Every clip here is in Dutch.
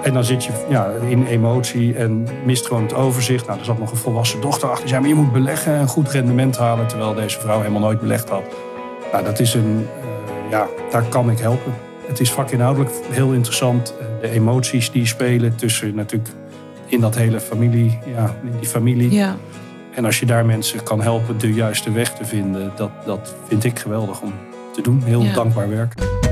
En dan zit je in emotie en mist gewoon het overzicht. Nou, er zat nog een volwassen dochter achter. Die zei, maar je moet beleggen en goed rendement halen. Terwijl deze vrouw helemaal nooit belegd had. Nou, dat is daar kan ik helpen. Het is vakinhoudelijk heel interessant. De emoties die spelen tussen natuurlijk in dat hele familie. Ja, in die familie. Ja. En als je daar mensen kan helpen de juiste weg te vinden. Dat vind ik geweldig om te doen. Heel dankbaar werk.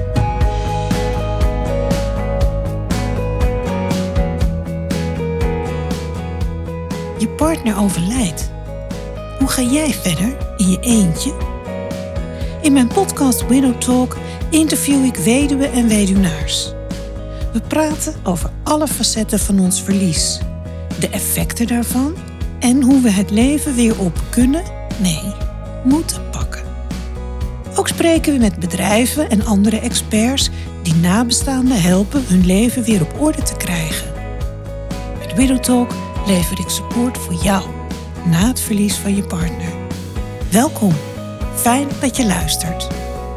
Je partner overlijdt. Hoe ga jij verder in je eentje? In mijn podcast Widow Talk interview ik weduwen en weduwnaars. We praten over alle facetten van ons verlies, de effecten daarvan en hoe we het leven weer op kunnen, moeten pakken. Ook spreken we met bedrijven en andere experts die nabestaanden helpen hun leven weer op orde te krijgen. Met Widow Talk lever ik support voor jou na het verlies van je partner. Welkom, fijn dat je luistert.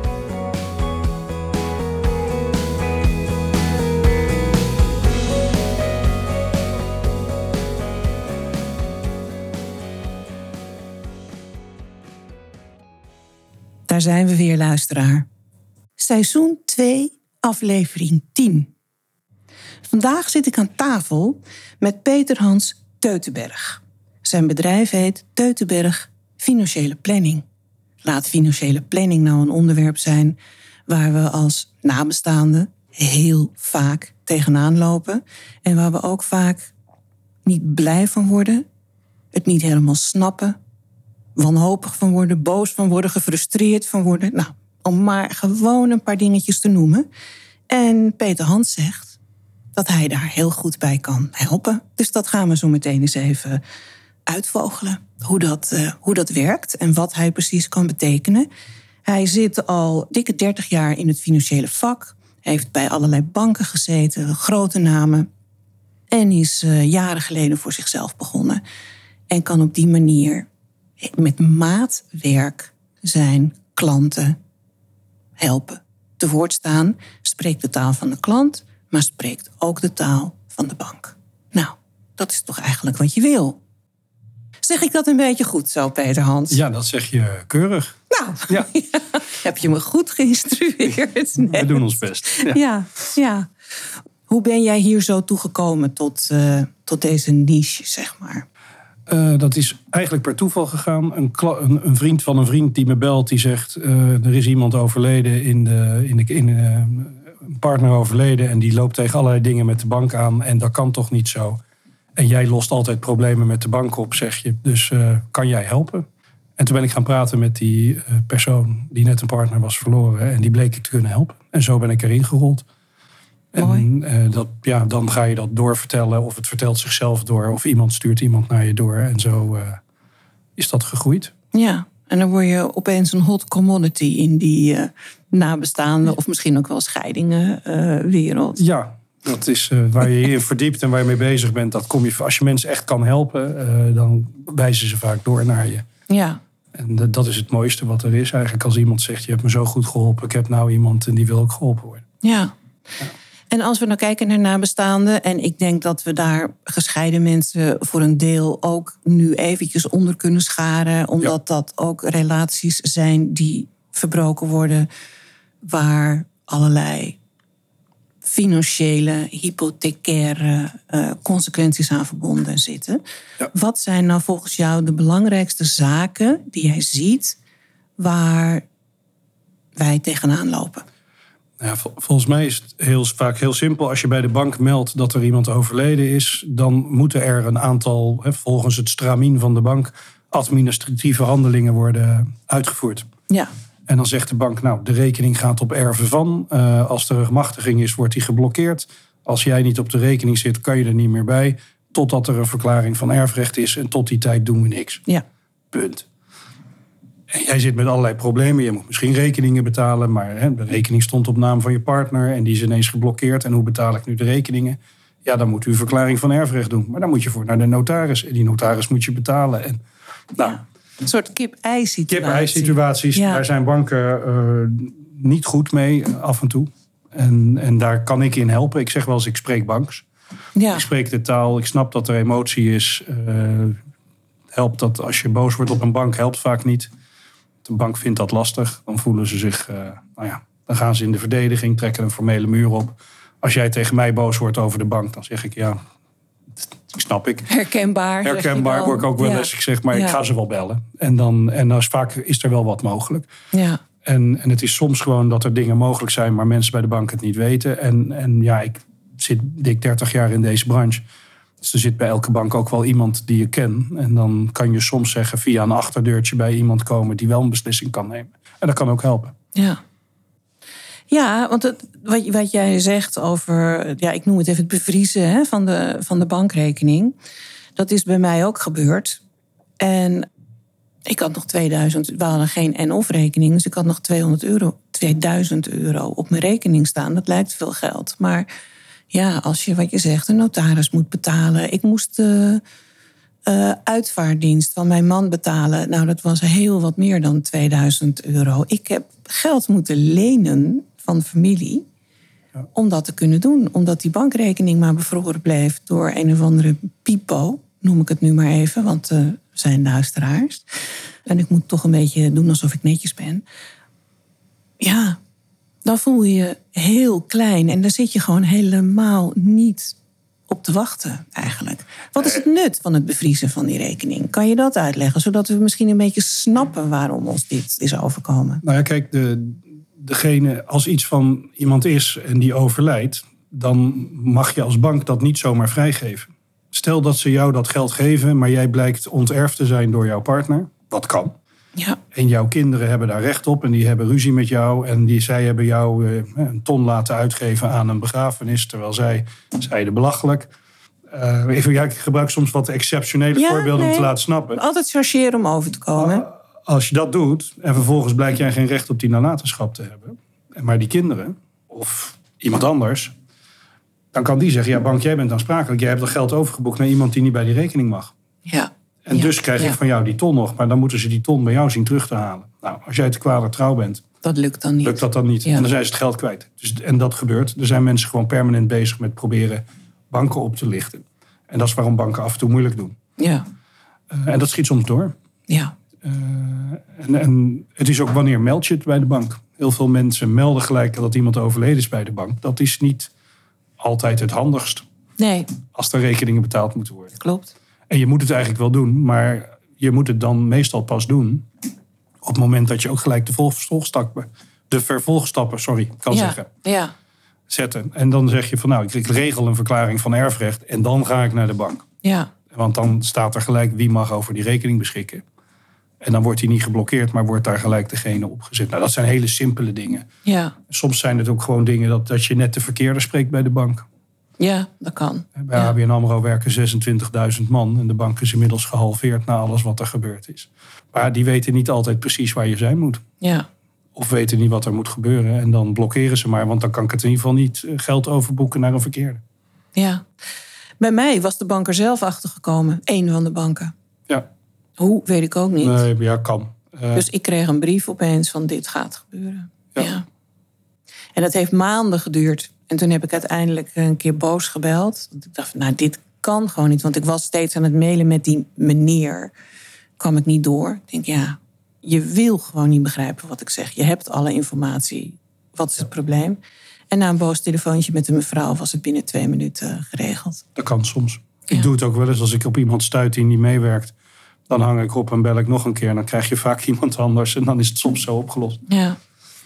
Daar zijn we weer, luisteraar. Seizoen 2, aflevering 10. Vandaag zit ik aan tafel met Peter Hans Teutenberg. Zijn bedrijf heet Teutenberg Financiële Planning. Laat financiële planning nou een onderwerp zijn waar we als nabestaanden heel vaak tegenaan lopen. En waar we ook vaak niet blij van worden, het niet helemaal snappen, wanhopig van worden, boos van worden, gefrustreerd van worden. Nou, om maar gewoon een paar dingetjes te noemen. En Peter Hans zegt dat hij daar heel goed bij kan helpen. Dus dat gaan we zo meteen eens even uitvogelen. Hoe dat werkt en wat hij precies kan betekenen. Hij zit al dikke 30 jaar in het financiële vak. Heeft bij allerlei banken gezeten, grote namen. En is jaren geleden voor zichzelf begonnen. En kan op die manier met maatwerk zijn klanten helpen. Te woord staan, spreekt de taal van de klant, maar spreekt ook de taal van de bank. Nou, dat is toch eigenlijk wat je wil? Zeg ik dat een beetje goed zo, Peter Hans? Ja, dat zeg je keurig. Nou, ja. Heb je me goed geïnstrueerd? Nee. We doen ons best. Ja. Hoe ben jij hier zo toegekomen tot deze niche, zeg maar? Dat is eigenlijk per toeval gegaan. Een vriend van een vriend die me belt, die zegt, er is iemand overleden, een partner overleden en die loopt tegen allerlei dingen met de bank aan en dat kan toch niet zo. En jij lost altijd problemen met de bank op, zeg je. Dus kan jij helpen? En toen ben ik gaan praten met die persoon die net een partner was verloren en die bleek ik te kunnen helpen. En zo ben ik erin gerold. Mooi. En dan ga je dat doorvertellen of het vertelt zichzelf door of iemand stuurt iemand naar je door. En zo is dat gegroeid. Ja, en dan word je opeens een hot commodity in die nabestaande of misschien ook wel scheidingenwereld. Ja, dat is waar je je in verdiept en waar je mee bezig bent. Dat kom je, als je mensen echt kan helpen, dan wijzen ze vaak door naar je. Ja. En dat is het mooiste wat er is eigenlijk. Als iemand zegt, je hebt me zo goed geholpen, ik heb nou iemand en die wil ook geholpen worden. Ja. En als we nou kijken naar nabestaanden, en ik denk dat we daar gescheiden mensen voor een deel ook nu eventjes onder kunnen scharen, omdat dat ook relaties zijn die verbroken worden, waar allerlei financiële, hypothecaire consequenties aan verbonden zitten. Ja. Wat zijn nou volgens jou de belangrijkste zaken die jij ziet waar wij tegenaan lopen? Ja, volgens mij is het vaak heel simpel. Als je bij de bank meldt dat er iemand overleden is, dan moeten er een aantal, volgens het stramien van de bank, administratieve handelingen worden uitgevoerd. Ja. En dan zegt de bank, nou, de rekening gaat op erven van. Als er een gemachtiging is, wordt die geblokkeerd. Als jij niet op de rekening zit, kan je er niet meer bij. Totdat er een verklaring van erfrecht is. En tot die tijd doen we niks. Ja. Punt. En jij zit met allerlei problemen. Je moet misschien rekeningen betalen. Maar de rekening stond op naam van je partner. En die is ineens geblokkeerd. En hoe betaal ik nu de rekeningen? Ja, dan moet u een verklaring van erfrecht doen. Maar dan moet je voor naar de notaris. En die notaris moet je betalen. En, nou, ja. Een soort kip-ei-situatie. Kip-ei-situaties. Ja. Daar zijn banken niet goed mee af en toe. En daar kan ik in helpen. Ik zeg wel eens, ik spreek banks. Ja. Ik spreek de taal, ik snap dat er emotie is. Helpt dat als je boos wordt op een bank, helpt vaak niet. De bank vindt dat lastig. Dan voelen ze zich, dan gaan ze in de verdediging, trekken een formele muur op. Als jij tegen mij boos wordt over de bank, dan zeg ik ja, dat snap ik. Herkenbaar word ik ook wel eens. Ik zeg maar, ik ga ze wel bellen. En dan vaak is er wel wat mogelijk. Ja. En het is soms gewoon dat er dingen mogelijk zijn, maar mensen bij de bank het niet weten. En ik zit dik 30 jaar in deze branche. Dus er zit bij elke bank ook wel iemand die je kent. En dan kan je soms zeggen via een achterdeurtje bij iemand komen die wel een beslissing kan nemen. En dat kan ook helpen. Ja. Ja, want wat jij zegt over, ik noem het even het bevriezen van de bankrekening. Dat is bij mij ook gebeurd. En ik had nog 2000, we hadden geen en-of rekening. Dus ik had nog 2000 euro op mijn rekening staan. Dat lijkt veel geld. Maar ja, als je wat je zegt, een notaris moet betalen. Ik moest de uitvaarddienst van mijn man betalen. Nou, dat was heel wat meer dan 2000 euro. Ik heb geld moeten lenen van familie om dat te kunnen doen. Omdat die bankrekening maar bevroren bleef door een of andere pipo. Noem ik het nu maar even, want we zijn luisteraars. En ik moet toch een beetje doen alsof ik netjes ben. Ja, dan voel je je heel klein. En daar zit je gewoon helemaal niet op te wachten, eigenlijk. Wat is het nut van het bevriezen van die rekening? Kan je dat uitleggen, zodat we misschien een beetje snappen waarom ons dit is overkomen? Nou ja, kijk, degene, als iets van iemand is en die overlijdt, dan mag je als bank dat niet zomaar vrijgeven. Stel dat ze jou dat geld geven, maar jij blijkt onterfd te zijn door jouw partner. Wat kan. Ja. En jouw kinderen hebben daar recht op en die hebben ruzie met jou. En zij hebben jou een ton laten uitgeven aan een begrafenis, terwijl zij zeiden belachelijk. Ik gebruik soms wat exceptionele voorbeelden om te laten snappen. Altijd chargeren om over te komen. Als je dat doet en vervolgens blijkt jij geen recht op die nalatenschap te hebben, maar die kinderen of iemand anders, dan kan die zeggen, ja bank, jij bent aansprakelijk. Jij hebt dat geld overgeboekt naar iemand die niet bij die rekening mag. Ja. En dus krijg ik van jou die ton nog, maar dan moeten ze die ton bij jou zien terug te halen. Nou, als jij te kwadertrouw bent, dat lukt dan niet. Lukt dat dan niet. Ja. En dan zijn ze het geld kwijt. En dat gebeurt. Er zijn mensen gewoon permanent bezig met proberen banken op te lichten. En dat is waarom banken af en toe moeilijk doen. Ja. En dat schiet soms door. Ja. En het is ook wanneer meld je het bij de bank. Heel veel mensen melden gelijk dat iemand overleden is bij de bank. Dat is niet altijd het handigst. Nee. Als er rekeningen betaald moeten worden. Klopt. En je moet het eigenlijk wel doen, maar je moet het dan meestal pas doen op het moment dat je ook gelijk de vervolgstappen kan zeggen. Ja. Zetten. En dan zeg je van nou, ik regel een verklaring van erfrecht en dan ga ik naar de bank. Ja. Want dan staat er gelijk wie mag over die rekening beschikken. En dan wordt die niet geblokkeerd, maar wordt daar gelijk degene opgezet. Nou, dat zijn hele simpele dingen. Ja. Soms zijn het ook gewoon dingen dat je net de verkeerde spreekt bij de bank. Ja, dat kan. Bij ABN AMRO werken 26.000 man. En de bank is inmiddels gehalveerd na alles wat er gebeurd is. Maar die weten niet altijd precies waar je zijn moet. Ja. Of weten niet wat er moet gebeuren. En dan blokkeren ze maar. Want dan kan ik het in ieder geval niet geld overboeken naar een verkeerde. Ja. Bij mij was de bank er zelf achter gekomen. Eén van de banken. Ja. Hoe, weet ik ook niet. Nee, ja, kan. Dus ik kreeg een brief opeens van dit gaat gebeuren. Ja. En dat heeft maanden geduurd. En toen heb ik uiteindelijk een keer boos gebeld. Want ik dacht, nou, dit kan gewoon niet. Want ik was steeds aan het mailen met die meneer. Kwam ik niet door. Ik denk, ja, je wil gewoon niet begrijpen wat ik zeg. Je hebt alle informatie. Wat is het probleem? En na een boos telefoontje met de mevrouw was het binnen 2 minuten geregeld. Dat kan soms. Ik doe het ook wel eens als ik op iemand stuit die niet meewerkt. Dan hang ik op en bel ik nog een keer. En dan krijg je vaak iemand anders. En dan is het soms zo opgelost. Ja.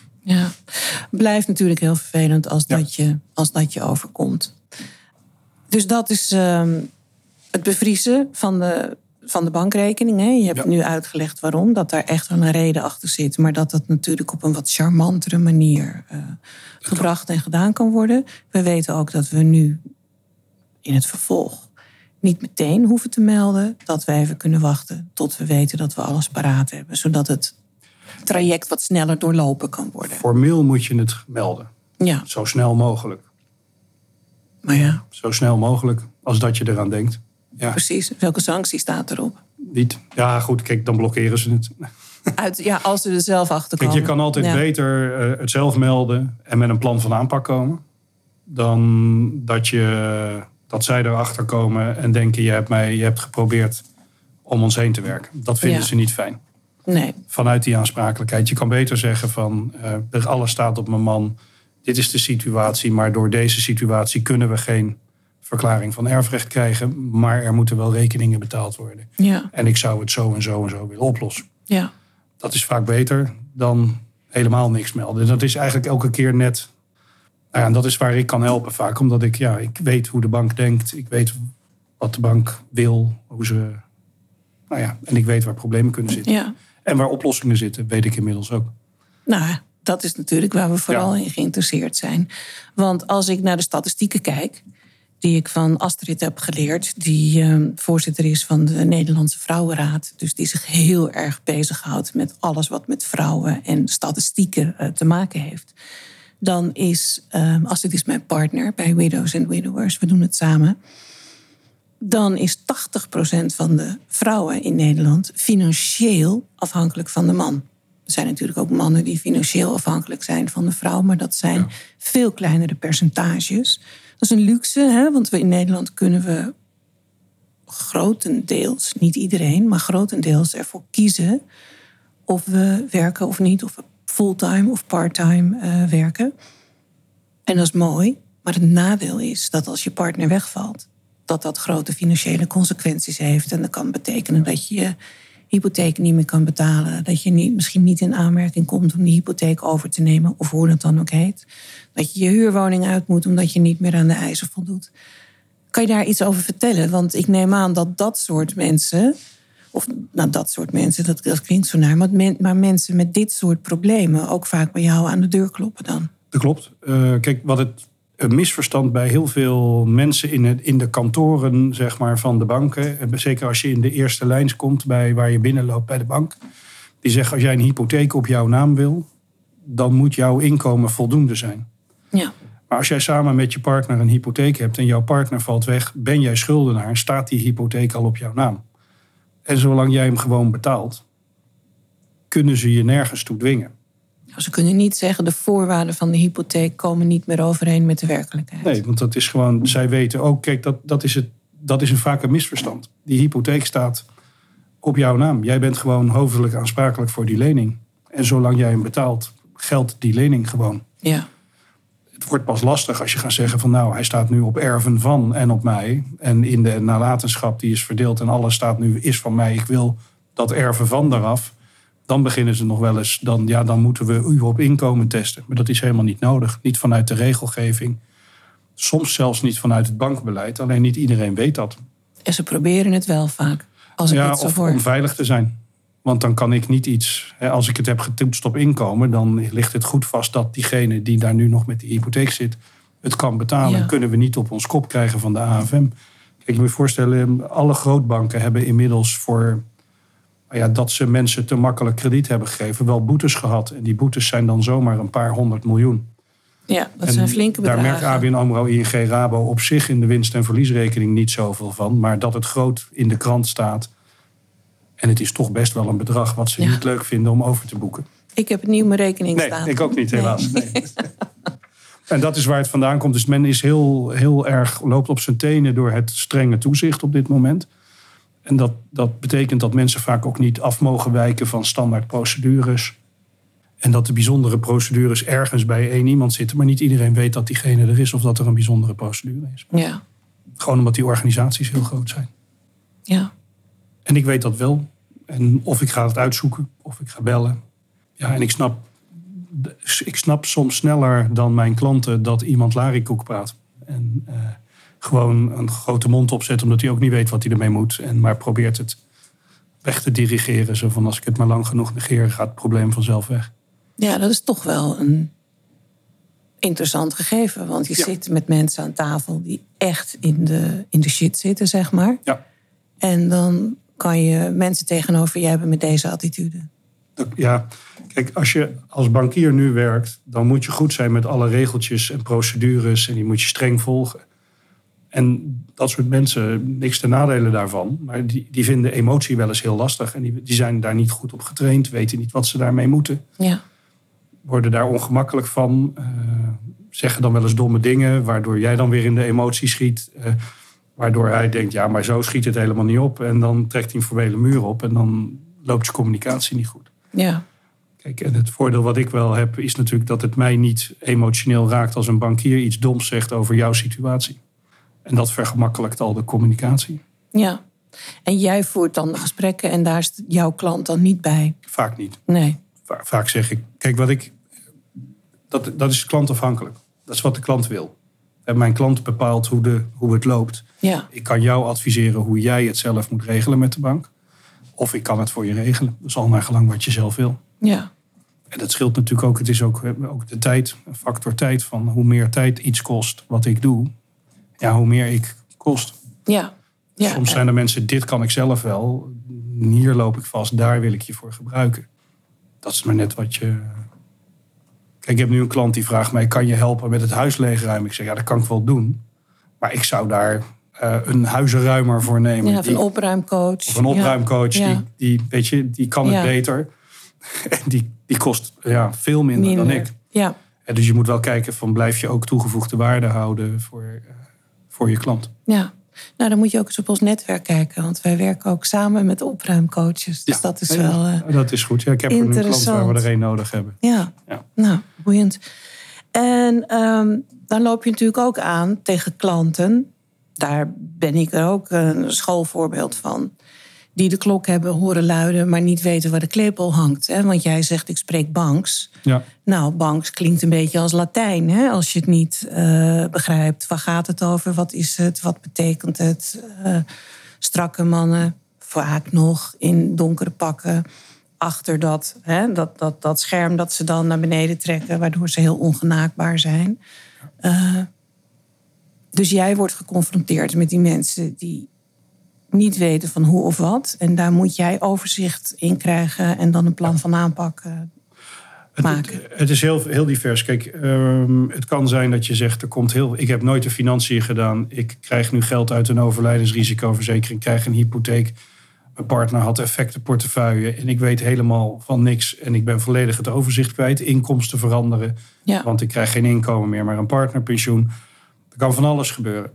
Blijft natuurlijk heel vervelend als dat je overkomt. Dus dat is het bevriezen van de bankrekening. Hè. Je hebt nu uitgelegd waarom. Dat daar echt wel een reden achter zit. Maar dat dat natuurlijk op een wat charmantere manier gebracht en gedaan kan worden. We weten ook dat we nu in het vervolg niet meteen hoeven te melden. Dat we even kunnen wachten tot we weten dat we alles paraat hebben. Zodat het traject wat sneller doorlopen kan worden. Formeel moet je het melden. Ja. Zo snel mogelijk. Maar ja. Zo snel mogelijk als dat je eraan denkt. Ja. Precies. Welke sanctie staat erop? Niet. Ja, goed. Kijk, dan blokkeren ze het. Als ze er zelf achter komen. Kijk, je kan altijd beter het zelf melden en met een plan van aanpak komen. Dan dat je dat zij erachter komen en denken, je hebt geprobeerd om ons heen te werken. Dat vinden ze niet fijn. Nee. Vanuit die aansprakelijkheid. Je kan beter zeggen van, alles staat op mijn man. Dit is de situatie, maar door deze situatie kunnen we geen verklaring van erfrecht krijgen. Maar er moeten wel rekeningen betaald worden. Ja. En ik zou het zo en zo en zo willen oplossen. Ja. Dat is vaak beter dan helemaal niks melden. Dat is eigenlijk elke keer net. Nou ja, en dat is waar ik kan helpen vaak. Omdat ik weet hoe de bank denkt. Ik weet wat de bank wil. Hoe ze. Nou ja, en ik weet waar problemen kunnen zitten. Ja. En waar oplossingen zitten, weet ik inmiddels ook. Nou, dat is natuurlijk waar we vooral in geïnteresseerd zijn. Want als ik naar de statistieken kijk, die ik van Astrid heb geleerd, die voorzitter is van de Nederlandse Vrouwenraad, dus die zich heel erg bezighoudt met alles wat met vrouwen en statistieken te maken heeft. Dan is, Astrid is mijn partner bij Widows and Widowers, we doen het samen. Dan is 80% van de vrouwen in Nederland financieel afhankelijk van de man. Er zijn natuurlijk ook mannen die financieel afhankelijk zijn van de vrouw, maar dat zijn veel kleinere percentages. Dat is een luxe, hè? Want in Nederland kunnen we grotendeels, niet iedereen, maar grotendeels ervoor kiezen of we werken of niet, of we fulltime of parttime werken. En dat is mooi, maar het nadeel is dat als je partner wegvalt, dat grote financiële consequenties heeft. En dat kan betekenen dat je je hypotheek niet meer kan betalen. Dat je misschien niet in aanmerking komt om die hypotheek over te nemen. Of hoe dat dan ook heet. Dat je je huurwoning uit moet omdat je niet meer aan de eisen voldoet. Kan je daar iets over vertellen? Want ik neem aan dat soort mensen, of nou dat soort mensen, dat klinkt zo naar, maar mensen met dit soort problemen ook vaak bij jou aan de deur kloppen dan. Dat klopt. Kijk, wat het een misverstand bij heel veel mensen in de kantoren, zeg maar, van de banken. Zeker als je in de eerste lijn komt waar je binnenloopt bij de bank. Die zeggen, als jij een hypotheek op jouw naam wil, dan moet jouw inkomen voldoende zijn. Ja. Maar als jij samen met je partner een hypotheek hebt en jouw partner valt weg, ben jij schuldenaar, staat die hypotheek al op jouw naam. En zolang jij hem gewoon betaalt, kunnen ze je nergens toe dwingen. Ze kunnen niet zeggen, de voorwaarden van de hypotheek komen niet meer overeen met de werkelijkheid. Nee, want dat is gewoon, zij weten ook, kijk, dat is vaak een misverstand. Die hypotheek staat op jouw naam. Jij bent gewoon hoofdelijk aansprakelijk voor die lening. En zolang jij hem betaalt, geldt die lening gewoon. Ja. Het wordt pas lastig als je gaat zeggen van, nou, hij staat nu op erven van en op mij. En in de nalatenschap die is verdeeld en alles staat nu is van mij. Ik wil dat erven van eraf. Dan beginnen ze nog wel eens, dan moeten we u op inkomen testen. Maar dat is helemaal niet nodig. Niet vanuit de regelgeving. Soms zelfs niet vanuit het bankbeleid. Alleen niet iedereen weet dat. En ze proberen het wel vaak. Als ik het zo om veilig te zijn. Want dan kan ik niet iets. Als ik het heb getoetst op inkomen, dan ligt het goed vast dat diegene die daar nu nog met de hypotheek zit, het kan betalen. Ja. Kunnen we niet op ons kop krijgen van de AFM. Kijk, je moet je voorstellen, alle grootbanken hebben inmiddels voor dat ze mensen te makkelijk krediet hebben gegeven, wel boetes gehad. En die boetes zijn dan zomaar een paar 100 miljoen. Ja, dat zijn flinke bedragen. Daar merkt ABN AMRO, ING, Rabo op zich in de winst- en verliesrekening niet zoveel van. Maar dat het groot in de krant staat. En het is toch best wel een bedrag wat ze niet leuk vinden om over te boeken. Ik heb het niet op mijn rekening staan. Nee, ik ook niet, helaas. Nee. En dat is waar het vandaan komt. Dus men is heel erg, loopt op zijn tenen door het strenge toezicht op dit moment. En dat betekent dat mensen vaak ook niet af mogen wijken van standaard procedures. En dat de bijzondere procedures ergens bij één iemand zitten. Maar niet iedereen weet dat diegene er is of dat er een bijzondere procedure is. Ja. Gewoon omdat die organisaties heel groot zijn. Ja. En ik weet dat wel. En of ik ga het uitzoeken, of ik ga bellen. Ja, en ik snap soms sneller dan mijn klanten dat iemand larikoek praat. En gewoon een grote mond opzet omdat hij ook niet weet wat hij ermee moet. Maar probeert het weg te dirigeren. Zo van, als ik het maar lang genoeg negeer, gaat het probleem vanzelf weg. Ja, dat is toch wel een interessant gegeven. Want je zit met mensen aan tafel die echt in de shit zitten, zeg maar. Ja. En dan kan je mensen tegenover je hebben met deze attitude. Ja, kijk, als je als bankier nu werkt, dan moet je goed zijn met alle regeltjes en procedures. En die moet je streng volgen. En dat soort mensen, niks ten nadele daarvan. Maar die vinden emotie wel eens heel lastig. En die zijn daar niet goed op getraind, weten niet wat ze daarmee moeten. Ja. Worden daar ongemakkelijk van. Zeggen dan wel eens domme dingen, waardoor jij dan weer in de emotie schiet. Waardoor hij denkt, ja, maar zo schiet het helemaal niet op. En dan trekt hij een formele muur op en dan loopt je communicatie niet goed. Ja. Kijk, en het voordeel wat ik wel heb is natuurlijk dat het mij niet emotioneel raakt als een bankier iets doms zegt over jouw situatie. En dat vergemakkelijkt al de communicatie. Ja. En jij voert dan de gesprekken en daar is jouw klant dan niet bij? Vaak niet. Nee. Vaak zeg ik, kijk, dat is klantafhankelijk. Dat is wat de klant wil. En mijn klant bepaalt hoe het loopt. Ja. Ik kan jou adviseren hoe jij het zelf moet regelen met de bank. Of ik kan het voor je regelen. Dat is al naar gelang wat je zelf wil. Ja. En dat scheelt natuurlijk ook. Het is ook de tijd, een factor tijd van hoe meer tijd iets kost wat ik doe. Ja, hoe meer ik kost. Ja. Ja. Soms zijn er mensen, dit kan ik zelf wel. Hier loop ik vast, daar wil ik je voor gebruiken. Dat is maar net wat je... Kijk, ik heb nu een klant die vraagt mij, kan je helpen met het huis leegruimen? Ik zeg, ja, dat kan ik wel doen. Maar ik zou daar een huizenruimer voor nemen. Ja, of een opruimcoach. Of een opruimcoach, Ja. die kan het beter. En die kost veel minder dan ik. Ja. En dus je moet wel kijken van, blijf je ook toegevoegde waarde houden voor je klant. Ja. Nou, dan moet je ook eens op ons netwerk kijken. Want wij werken ook samen met opruimcoaches. Dus dat is wel dat is goed. Ja, ik heb er nu een klant waar we er één nodig hebben. Ja. Nou, boeiend. En dan loop je natuurlijk ook aan tegen klanten. Daar ben ik er ook een schoolvoorbeeld van. Die de klok hebben horen luiden, maar niet weten waar de klepel hangt. Hè? Want jij zegt, ik spreek banks. Ja. Nou, banks klinkt een beetje als Latijn, hè? Als je het niet begrijpt. Waar gaat het over? Wat is het? Wat betekent het? Strakke mannen, vaak nog in donkere pakken. Achter dat scherm dat ze dan naar beneden trekken, waardoor ze heel ongenaakbaar zijn. Dus jij wordt geconfronteerd met die mensen die niet weten van hoe of wat. En daar moet jij overzicht in krijgen en dan een plan van aanpak maken. Het is heel divers. Kijk, het kan zijn dat je zegt, ik heb nooit de financiën gedaan. Ik krijg nu geld uit een overlijdensrisicoverzekering, krijg een hypotheek. Mijn partner had effectenportefeuille en ik weet helemaal van niks. En ik ben volledig het overzicht kwijt. Inkomsten veranderen, want ik krijg geen inkomen meer, maar een partnerpensioen. Er kan van alles gebeuren.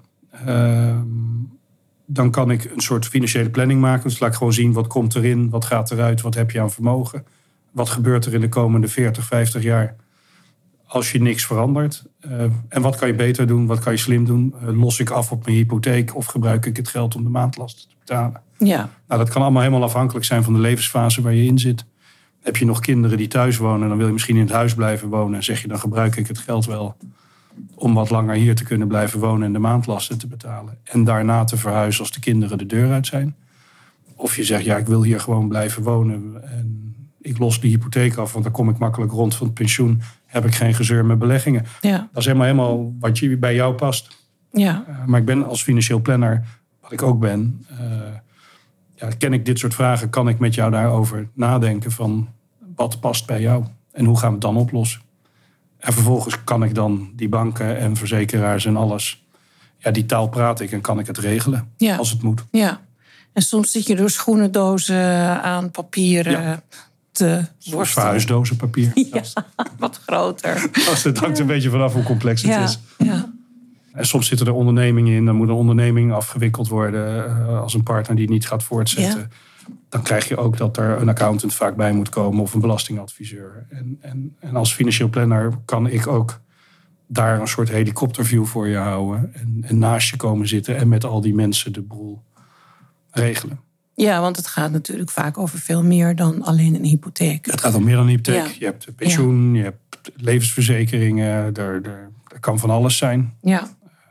Dan kan ik een soort financiële planning maken. Dus laat ik gewoon zien, wat komt erin, wat gaat eruit, wat heb je aan vermogen. Wat gebeurt er in de komende 40, 50 jaar als je niks verandert? En wat kan je beter doen, wat kan je slim doen? Los ik af op mijn hypotheek of gebruik ik het geld om de maandlasten te betalen? Ja. Nou, dat kan allemaal helemaal afhankelijk zijn van de levensfase waar je in zit. Heb je nog kinderen die thuis wonen, dan wil je misschien in het huis blijven wonen. En zeg je, dan gebruik ik het geld wel om wat langer hier te kunnen blijven wonen en de maandlasten te betalen. En daarna te verhuizen als de kinderen de deur uit zijn. Of je zegt, ja, ik wil hier gewoon blijven wonen en ik los de hypotheek af, want dan kom ik makkelijk rond van het pensioen. Heb ik geen gezeur met beleggingen. Ja. Dat is helemaal wat bij jou past. Ja. Maar ik ben als financieel planner, wat ik ook ben, ken ik dit soort vragen, kan ik met jou daarover nadenken van wat past bij jou en hoe gaan we het dan oplossen. En vervolgens kan ik dan die banken en verzekeraars en alles, die taal praat ik en kan ik het regelen als het moet. Ja. En soms zit je door schoenendozen aan papieren te worstelen. Verhuisdozen papier. Ja, wat groter. Het hangt een beetje vanaf hoe complex het is. Ja. En soms zitten er ondernemingen in. Dan moet een onderneming afgewikkeld worden als een partner die het niet gaat voortzetten. Ja. Dan krijg je ook dat er een accountant vaak bij moet komen of een belastingadviseur. En als financieel planner kan ik ook daar een soort helikopterview voor je houden. En naast je komen zitten en met al die mensen de boel regelen. Ja, want het gaat natuurlijk vaak over veel meer dan alleen een hypotheek. Het gaat om meer dan een hypotheek. Ja. Je hebt pensioen, je hebt levensverzekeringen. Er kan van alles zijn. Ja.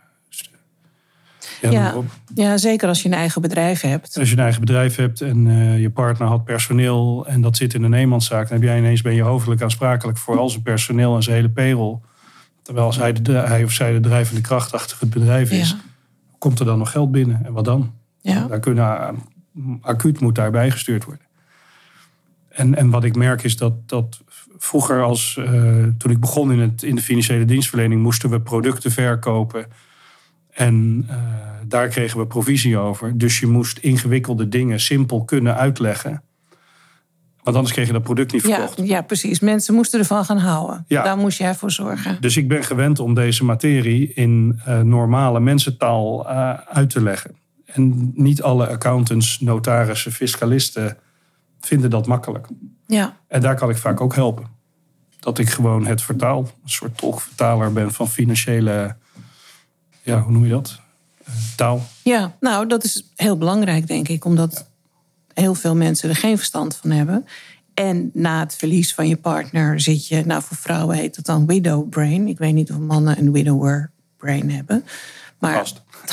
Ja, zeker als je een eigen bedrijf hebt. Als je een eigen bedrijf hebt en je partner had personeel en dat zit in een eenmanszaak, dan ben je hoofdelijk aansprakelijk voor al zijn personeel en zijn hele payroll. Terwijl als hij of zij de drijvende kracht achter het bedrijf is, komt er dan nog geld binnen. En wat dan? Ja. Acuut moet daarbij gestuurd worden. En wat ik merk is dat vroeger toen ik begon in de financiële dienstverlening, moesten we producten verkopen. En daar kregen we provisie over. Dus je moest ingewikkelde dingen simpel kunnen uitleggen. Want anders kreeg je dat product niet verkocht. Ja, precies. Mensen moesten ervan gaan houden. Ja. Daar moest jij voor zorgen. Dus ik ben gewend om deze materie in normale mensentaal uit te leggen. En niet alle accountants, notarissen, fiscalisten vinden dat makkelijk. Ja. En daar kan ik vaak ook helpen. Dat ik gewoon het vertaal, een soort tolkvertaler ben van financiële, hoe noem je dat? Taal. Ja, nou dat is heel belangrijk denk ik. Omdat heel veel mensen er geen verstand van hebben. En na het verlies van je partner zit je, nou voor vrouwen heet het dan widow brain. Ik weet niet of mannen een widower brain hebben. Maar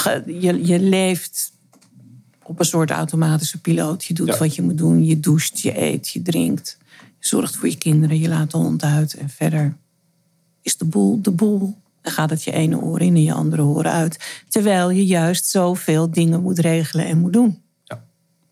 je leeft op een soort automatische piloot. Je doet wat je moet doen. Je doucht, je eet, je drinkt. Je zorgt voor je kinderen, je laat de hond uit. En verder is de boel. Dan gaat het je ene oor in en je andere oor uit. Terwijl je juist zoveel dingen moet regelen en moet doen. Ja.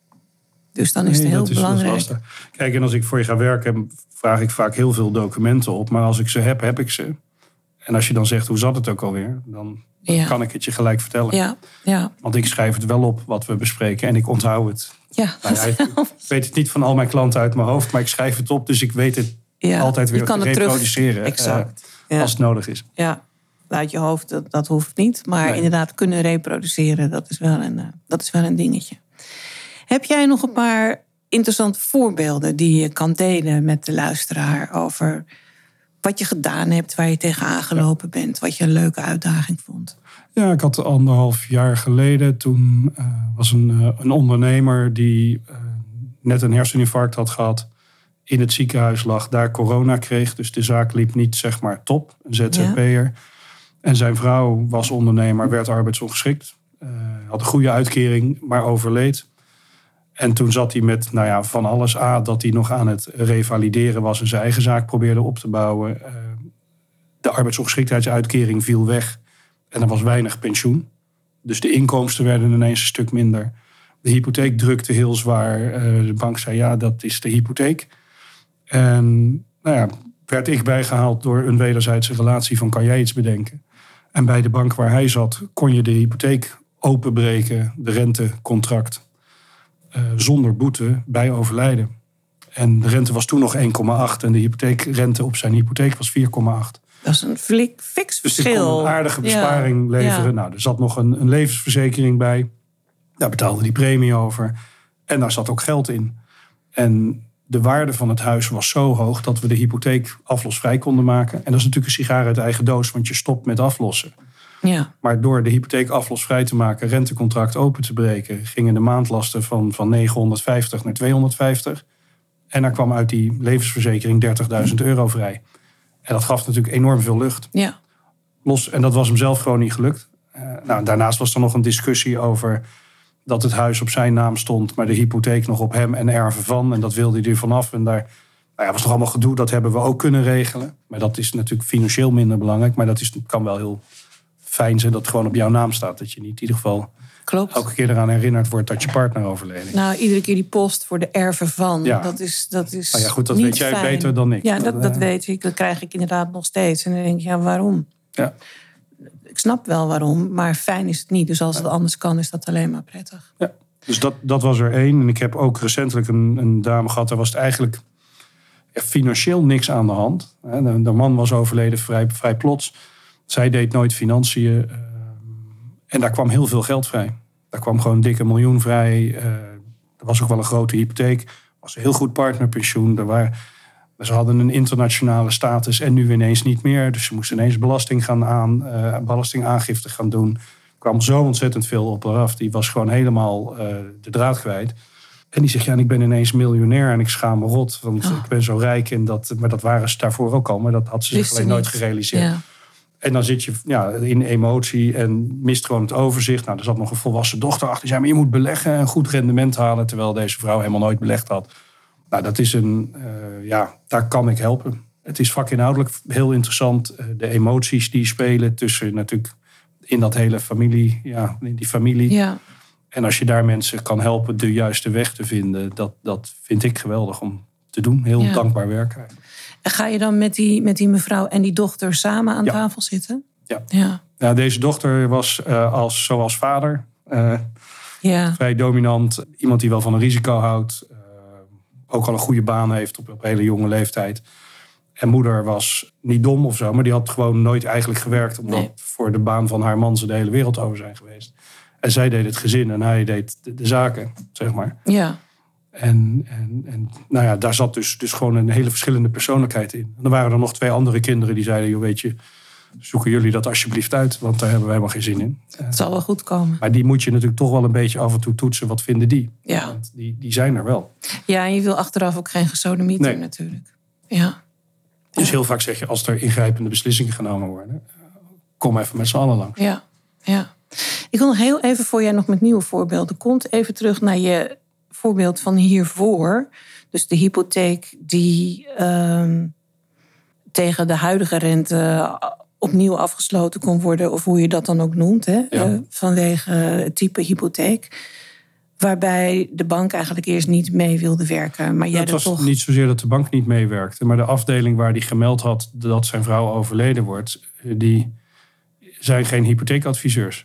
Dus dan is het heel belangrijk. Kijk, en als ik voor je ga werken, vraag ik vaak heel veel documenten op. Maar als ik ze heb ik ze. En als je dan zegt, hoe zat het ook alweer? Dan kan ik het je gelijk vertellen. Ja. Want ik schrijf het wel op wat we bespreken en ik onthoud het. Ja. Ik weet het niet van al mijn klanten uit mijn hoofd, maar ik schrijf het op. Dus ik weet het altijd weer te reproduceren. Exact. Als het nodig is. Ja, uit je hoofd, dat hoeft niet. Maar inderdaad kunnen reproduceren, dat is wel een dingetje. Heb jij nog een paar interessante voorbeelden die je kan delen met de luisteraar over wat je gedaan hebt, waar je tegenaan gelopen bent, wat je een leuke uitdaging vond? Ja, ik had 1,5 jaar geleden, toen was een ondernemer die net een herseninfarct had gehad, in het ziekenhuis lag, daar corona kreeg. Dus de zaak liep niet zeg maar top, een ZZP'er. Ja. En zijn vrouw was ondernemer, werd arbeidsongeschikt. Had een goede uitkering, maar overleed. En toen zat hij met van alles. Dat hij nog aan het revalideren was en zijn eigen zaak probeerde op te bouwen. De arbeidsongeschiktheidsuitkering viel weg. En er was weinig pensioen. Dus de inkomsten werden ineens een stuk minder. De hypotheek drukte heel zwaar. De bank zei, dat is de hypotheek. En werd ik bijgehaald door een wederzijdse relatie van, kan jij iets bedenken? En bij de bank waar hij zat, kon je de hypotheek openbreken, de rentecontract, zonder boete bij overlijden. En de rente was toen nog 1,8 en de hypotheekrente op zijn hypotheek was 4,8. Dat is een fix verschil. Dus die kon een aardige besparing leveren. Ja. Nou, er zat nog een levensverzekering bij. Daar betaalde die premie over. En daar zat ook geld in. En de waarde van het huis was zo hoog dat we de hypotheek aflosvrij konden maken. En dat is natuurlijk een sigaar uit eigen doos, want je stopt met aflossen. Ja. Maar door de hypotheek aflosvrij te maken, rentecontract open te breken, gingen de maandlasten van 950 naar 250. En daar kwam uit die levensverzekering 30.000 euro vrij. En dat gaf natuurlijk enorm veel lucht. Ja. En dat was hem zelf gewoon niet gelukt. Daarnaast was er nog een discussie over dat het huis op zijn naam stond, maar de hypotheek nog op hem en erven van. En dat wilde hij er vanaf. En daar was nog allemaal gedoe. Dat hebben we ook kunnen regelen. Maar dat is natuurlijk financieel minder belangrijk. Maar dat kan wel heel fijn zijn dat het gewoon op jouw naam staat. Dat je niet in ieder geval elke keer eraan herinnerd wordt dat je partner overleden is. Nou, iedere keer die post voor de erven van. Ja. Dat is goed, dat niet weet jij fijn. Beter dan ik. Ja, dat weet ik. Dat krijg ik inderdaad nog steeds. En dan denk ik, waarom? Ja. Ik snap wel waarom, maar fijn is het niet. Dus als het anders kan, is dat alleen maar prettig. Ja. Dus dat was er één. En ik heb ook recentelijk een dame gehad. Daar was het eigenlijk financieel niks aan de hand. De man was overleden vrij plots. Zij deed nooit financiën. En daar kwam heel veel geld vrij. Daar kwam gewoon dikke miljoen vrij. Er was ook wel een grote hypotheek. Er was een heel goed partnerpensioen. Ze hadden een internationale status en nu ineens niet meer. Dus ze moesten ineens belastingaangifte gaan doen. Er kwam zo ontzettend veel op haar af. Die was gewoon helemaal de draad kwijt. En die zegt, en ik ben ineens miljonair en ik schaam me rot. Want ik ben zo rijk. Maar dat waren ze daarvoor ook al. Maar dat had ze zich alleen nooit gerealiseerd. Ja. En dan zit je in emotie en mist gewoon het overzicht. Er zat nog een volwassen dochter achter. Die zei, maar je moet beleggen en goed rendement halen. Terwijl deze vrouw helemaal nooit belegd had. Dat is daar kan ik helpen. Het is vakinhoudelijk heel interessant. De emoties die spelen tussen natuurlijk in dat hele familie. Ja, in die familie. Ja. En als je daar mensen kan helpen de juiste weg te vinden. Dat vind ik geweldig om te doen. Heel dankbaar werk eigenlijk. En ga je dan met die mevrouw en die dochter samen aan tafel zitten? Ja, deze dochter was zoals vader. Vrij dominant. Iemand die wel van een risico houdt. ook al een goede baan heeft op hele jonge leeftijd. En moeder was niet dom of zo, maar die had gewoon nooit eigenlijk gewerkt. Omdat voor de baan van haar man ze de hele wereld over zijn geweest. En zij deed het gezin en hij deed de zaken, zeg maar. Ja. En nou ja, daar zat dus gewoon een hele verschillende persoonlijkheid in. En dan waren er nog 2 andere kinderen die zeiden, joh, weet je, zoeken jullie dat alsjeblieft uit, want daar hebben we helemaal geen zin in. Het zal wel goed komen. Maar die moet je natuurlijk toch wel een beetje af en toe toetsen. Wat vinden die? Ja. Want die zijn er wel. Ja, en je wil achteraf ook geen gesodemieter natuurlijk. Ja. Dus heel vaak zeg je, als er ingrijpende beslissingen genomen worden, kom even met z'n allen langs. Ja, ja. Ik wil nog heel even, voor jij nog met nieuwe voorbeelden komt, even terug naar je voorbeeld van hiervoor. Dus de hypotheek die tegen de huidige rente opnieuw afgesloten kon worden, of hoe je dat dan ook noemt, hè? Ja. Vanwege het type hypotheek. Waarbij de bank eigenlijk eerst niet mee wilde werken. Maar jij het was toch... niet zozeer dat de bank niet meewerkte, maar de afdeling waar hij gemeld had dat zijn vrouw overleden wordt, die zijn geen hypotheekadviseurs.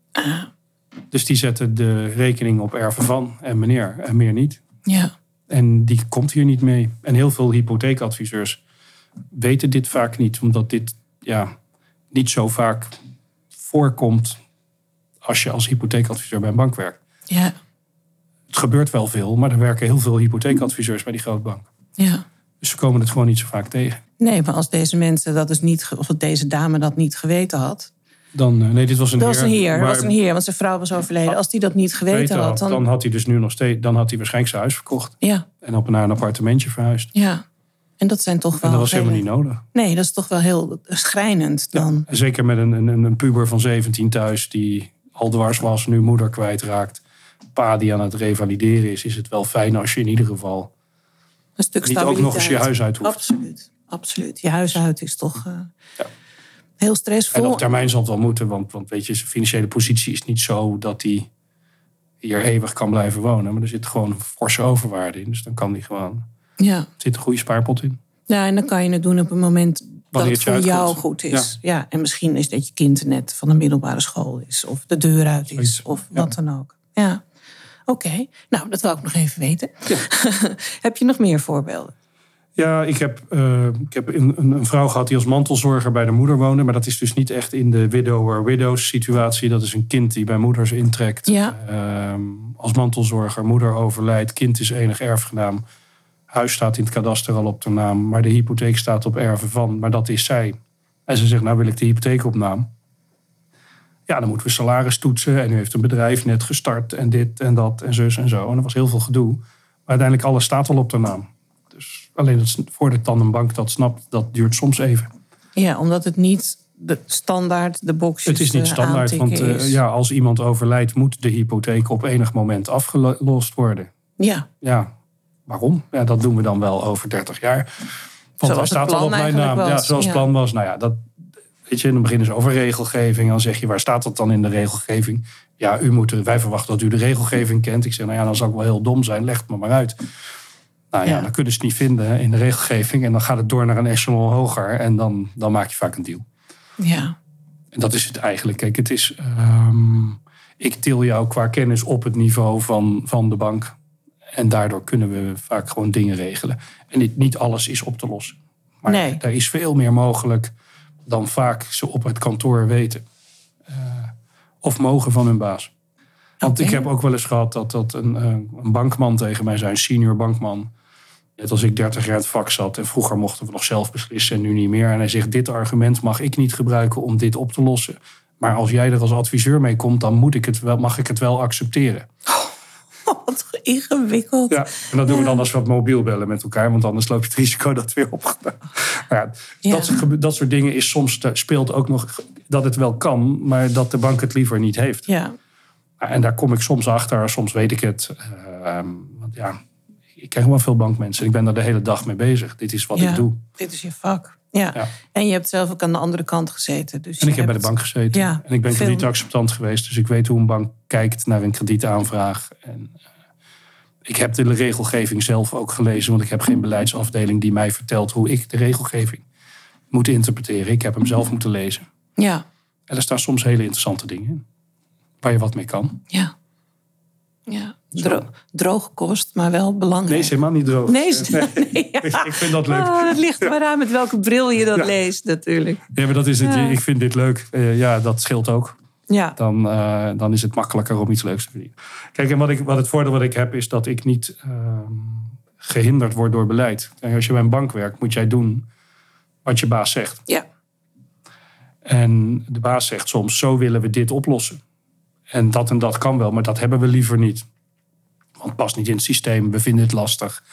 Dus die zetten de rekening op erven van en meneer en meer niet. Ja. En die komt hier niet mee. En heel veel hypotheekadviseurs weten dit vaak niet, omdat dit niet zo vaak voorkomt als je als hypotheekadviseur bij een bank werkt. Ja. Het gebeurt wel veel, maar er werken heel veel hypotheekadviseurs bij die grootbank. Ja. Dus ze komen het gewoon niet zo vaak tegen. Nee, maar als deze mensen dat dus niet, of deze dame dat niet geweten had. Dan, nee, dit was een Dat heer. was een heer, maar dat was een heer, want zijn vrouw was overleden. Als die dat niet geweten had, dan had hij dus nu nog steeds, dan had hij waarschijnlijk zijn huis verkocht. Ja. En naar een appartementje verhuisd. Ja. En dat zijn toch wel. En dat was helemaal niet nodig. Nee, dat is toch wel heel schrijnend dan. Ja, zeker met een puber van 17 thuis die al dwars was, nu moeder kwijtraakt. Pa die aan het revalideren is het wel fijn als je in ieder geval een stuk niet ook nog eens je huis uit hoeft. Absoluut, absoluut. Je huis uit is toch heel stressvol. En op termijn zal het wel moeten, want weet je, zijn financiële positie is niet zo dat hij hier eeuwig kan blijven wonen. Maar er zit gewoon een forse overwaarde in. Dus dan kan hij gewoon. Er zit een goede spaarpot in. Ja, en dan kan je het doen op een moment dat het voor jou goed is. Ja, en misschien is dat je kind net van de middelbare school is. Of de deur uit is. Zoiets. Of wat dan ook. Ja, oké. Nou, dat wil ik nog even weten. Ja. Heb je nog meer voorbeelden? Ja, ik heb een vrouw gehad die als mantelzorger bij de moeder woonde. Maar dat is dus niet echt in de widower-widows situatie. Dat is een kind die bij moeders intrekt. Ja. Als mantelzorger, moeder overlijdt, kind is enig erfgenaam. Huis staat in het kadaster al op de naam. Maar de hypotheek staat op erven van. Maar dat is zij. En ze zegt, nou wil ik de hypotheek op naam. Ja, dan moeten we salaris toetsen. En u heeft een bedrijf net gestart. En dit en dat en zus en zo. En er was heel veel gedoe. Maar uiteindelijk alles staat al op de naam. Dus alleen voordat dan een bank dat snapt, dat duurt soms even. Ja, omdat het niet de standaard, de boxjes Het is niet standaard, want als iemand overlijdt, moet de hypotheek op enig moment afgelost worden. Ja. Ja, waarom? Ja, dat doen we dan wel over 30 jaar. Want hij staat al op mijn naam. Ja, zoals het plan was. Nou ja, dat, weet je, dan beginnen ze over regelgeving. Dan zeg je, waar staat dat dan in de regelgeving? Ja, wij verwachten dat u de regelgeving kent. Ik zeg, nou ja, dan zal ik wel heel dom zijn. Leg het me maar uit. Nou ja, dan kunnen ze het niet vinden in de regelgeving. En dan gaat het door naar een echelon hoger. En dan maak je vaak een deal. Ja. En dat is het eigenlijk. Kijk, het is... ik til jou qua kennis op het niveau van de bank. En daardoor kunnen we vaak gewoon dingen regelen. En niet alles is op te lossen. Maar er is veel meer mogelijk dan vaak ze op het kantoor weten. Of mogen van hun baas. Want ik heb ook wel eens gehad dat een bankman tegen mij zei, een senior bankman. Net als ik 30 jaar in het vak zat en vroeger mochten we nog zelf beslissen en nu niet meer. En hij zegt, dit argument mag ik niet gebruiken om dit op te lossen. Maar als jij er als adviseur mee komt, dan mag ik het wel accepteren. Oh, wat ingewikkeld. Ja, en dat doen we dan als we wat mobiel bellen met elkaar. Want anders loop je het risico dat het weer opgaat. Dat soort dingen is soms speelt ook nog dat het wel kan, maar dat de bank het liever niet heeft. Ja. En daar kom ik soms achter, soms weet ik het. Want ik ken wel veel bankmensen. Ik ben daar de hele dag mee bezig. Dit is wat ik doe. Dit is je vak. Ja. En je hebt zelf ook aan de andere kant gezeten. Dus en ik heb bij de bank gezeten. Ja, en ik ben kredietacceptant geweest. Dus ik weet hoe een bank kijkt naar een kredietaanvraag. En ik heb de regelgeving zelf ook gelezen. Want ik heb geen beleidsafdeling die mij vertelt hoe ik de regelgeving moet interpreteren. Ik heb hem zelf moeten lezen. Ja. En er staan soms hele interessante dingen in. Waar je wat mee kan. Ja. Ja, droge kost, maar wel belangrijk. Nee, is helemaal niet droog. Nee, Ik vind dat leuk. Het ligt er maar aan met welke bril je dat leest natuurlijk. Ja, maar dat is het. Ja. Ik vind dit leuk. Dat scheelt ook. Ja. Dan is het makkelijker om iets leuks te verdienen. Kijk, en het voordeel wat ik heb is dat ik niet gehinderd word door beleid. Kijk, als je bij een bank werkt, moet jij doen wat je baas zegt. Ja. En de baas zegt soms, zo willen we dit oplossen. En dat kan wel, maar dat hebben we liever niet. Want het past niet in het systeem, we vinden het lastig.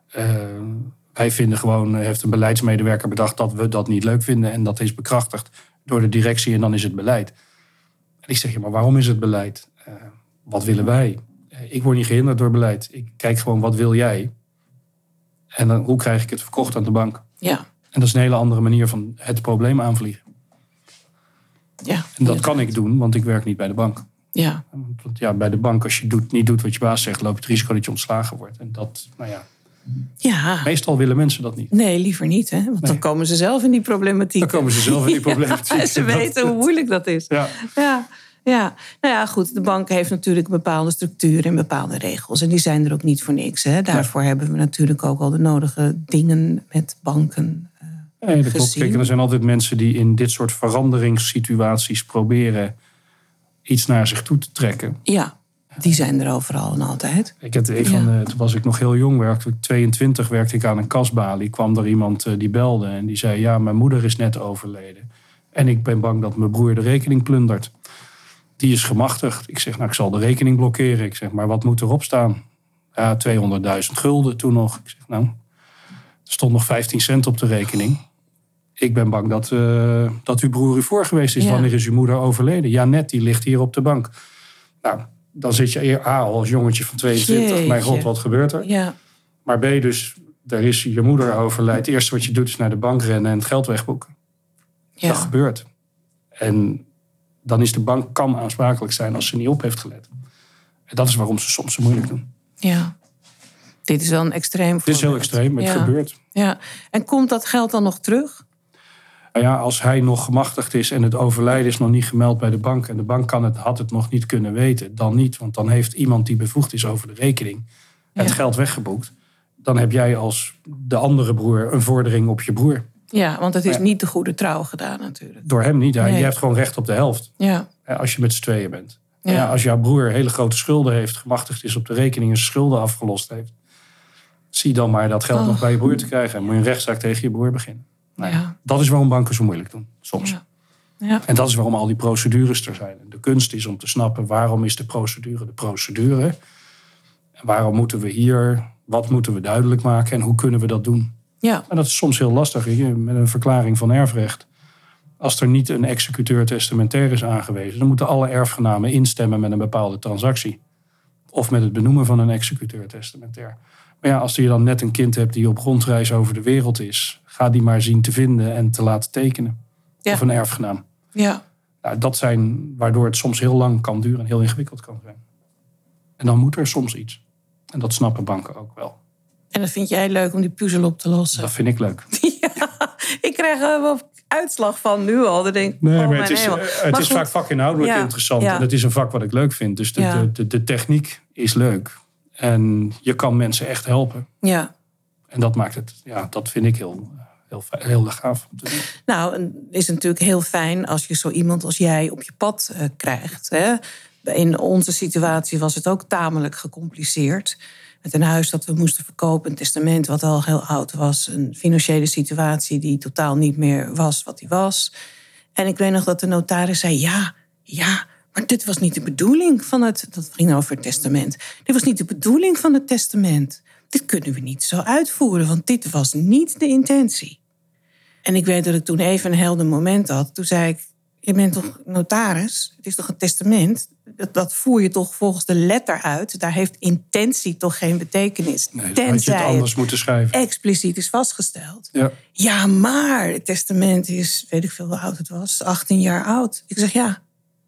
Wij vinden gewoon, heeft een beleidsmedewerker bedacht dat we dat niet leuk vinden. En dat is bekrachtigd door de directie en dan is het beleid. En ik zeg, maar waarom is het beleid? Wat willen wij? Ik word niet gehinderd door beleid. Ik kijk gewoon, wat wil jij? En dan, hoe krijg ik het verkocht aan de bank? Ja. En dat is een hele andere manier van het probleem aanvliegen. Ja. En dat kan ik doen, want ik werk niet bij de bank. Ja. Want bij de bank, als je niet doet wat je baas zegt, loop je het risico dat je ontslagen wordt. En dat, Ja. Meestal willen mensen dat niet. Nee, liever niet, hè? Want dan komen ze zelf in die problematiek. Dan komen ze zelf in die problematiek. Ja, ze weten hoe moeilijk dat is. Ja. Nou ja, goed. De bank heeft natuurlijk een bepaalde structuur en bepaalde regels. En die zijn er ook niet voor niks. Hè? Daarvoor hebben we natuurlijk ook al de nodige dingen met banken Nee, dat klopt. Kijk, er zijn altijd mensen die in dit soort veranderingssituaties proberen iets naar zich toe te trekken. Ja, die zijn er overal en altijd. Toen was ik nog heel jong, werkte ik 22, werkte ik aan een kasbalie. Kwam er iemand die belde en die zei, ja, mijn moeder is net overleden. En ik ben bang dat mijn broer de rekening plundert. Die is gemachtigd. Ik zeg, ik zal de rekening blokkeren. Ik zeg, maar wat moet erop staan? Ja, 200.000 gulden toen nog. Ik zeg, er stond nog 15 cent op de rekening. Ik ben bang dat uw broer u voor geweest is. Ja. Wanneer is uw moeder overleden? Ja, net, die ligt hier op de bank. Nou, dan zit je al als jongetje van 22. Jeetje. Mijn god, wat gebeurt er? Ja. Maar B, dus, daar is je moeder overlijdt. Het eerste wat je doet is naar de bank rennen en het geld wegboeken. Ja. Dat gebeurt. En dan is de bank kan aansprakelijk zijn als ze niet op heeft gelet. En dat is waarom ze soms zo moeilijk doen. Ja. Dit is wel een extreem voorbeeld. Dit is heel extreem, maar het gebeurt. Ja. En komt dat geld dan nog terug? Nou ja, als hij nog gemachtigd is en het overlijden is nog niet gemeld bij de bank en de bank had het nog niet kunnen weten, dan niet. Want dan heeft iemand die bevoegd is over de rekening het geld weggeboekt. Dan heb jij als de andere broer een vordering op je broer. Ja, want het is niet de goede trouw gedaan natuurlijk. Door hem niet. Nee. Je hebt gewoon recht op de helft. Ja. Als je met z'n tweeën bent. Ja. Als jouw broer hele grote schulden heeft, gemachtigd is op de rekening en zijn schulden afgelost heeft, zie dan maar dat geld nog bij je broer te krijgen. En moet je een rechtszaak tegen je broer beginnen. Dat is waarom banken zo moeilijk doen, soms. Ja. Ja. En dat is waarom al die procedures er zijn. De kunst is om te snappen, waarom is de procedure? En waarom moeten we hier, wat moeten we duidelijk maken en hoe kunnen we dat doen? Ja. En dat is soms heel lastig. Met een verklaring van erfrecht. Als er niet een executeur testamentair is aangewezen, dan moeten alle erfgenamen instemmen met een bepaalde transactie. Of met het benoemen van een executeur testamentair. Maar ja, als je dan net een kind hebt die op rondreis over de wereld is, ga die maar zien te vinden en te laten tekenen. Ja. Of een erfgenaam. Ja. Nou, dat zijn waardoor het soms heel lang kan duren en heel ingewikkeld kan zijn. En dan moet er soms iets. En dat snappen banken ook wel. En dat vind jij leuk om die puzzel op te lossen? Dat vind ik leuk. Ja, ik krijg er wel uitslag van nu al. Dan denk ik, nee, maar het is vaak vakinhoudelijk interessant. Ja. En het is een vak wat ik leuk vind. Dus de techniek is leuk. En je kan mensen echt helpen. Ja. En dat maakt het, dat vind ik heel gaaf om te doen. Nou, het is natuurlijk heel fijn als je zo iemand als jij op je pad krijgt. Hè? In onze situatie was het ook tamelijk gecompliceerd. Met een huis dat we moesten verkopen, een testament wat al heel oud was, een financiële situatie die totaal niet meer was wat die was. En ik weet nog dat de notaris zei, ja, maar dit was niet de bedoeling van dat ging over het testament. Dit was niet de bedoeling van het testament. Dit kunnen we niet zo uitvoeren, want dit was niet de intentie. En ik weet dat ik toen even een helder moment had. Toen zei ik, je bent toch notaris? Het is toch een testament? Dat voer je toch volgens de letter uit? Daar heeft intentie toch geen betekenis. Nee, tenzij je het anders moeten schrijven. Expliciet is vastgesteld. Ja, maar het testament is, weet ik veel hoe oud het was, 18 jaar oud. Ik zeg ja.